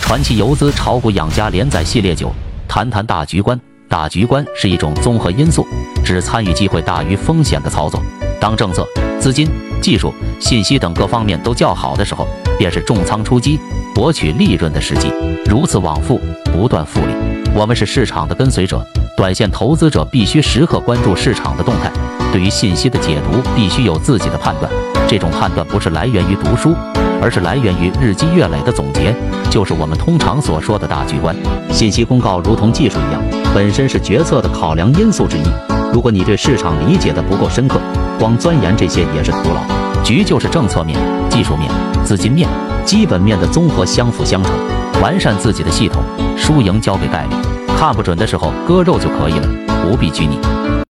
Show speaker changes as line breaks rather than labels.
传奇游资炒股养家连载系列9，谈谈大局观。大局观是一种综合因素，指参与机会大于风险的操作。当政策、资金、技术、信息等各方面都较好的时候，便是重仓出击、博取利润的时机。如此往复，不断复利。我们是市场的跟随者，短线投资者必须时刻关注市场的动态，对于信息的解读必须有自己的判断。这种判断不是来源于读书，而是来源于日积月累的总结，就是我们通常所说的大局观。信息公告如同技术一样，本身是决策的考量因素之一。如果你对市场理解的不够深刻，光钻研这些也是徒劳。局就是政策面、技术面、资金面、基本面的综合相辅相成，完善自己的系统，输赢交给概率。看不准的时候割肉就可以了，不必拘泥。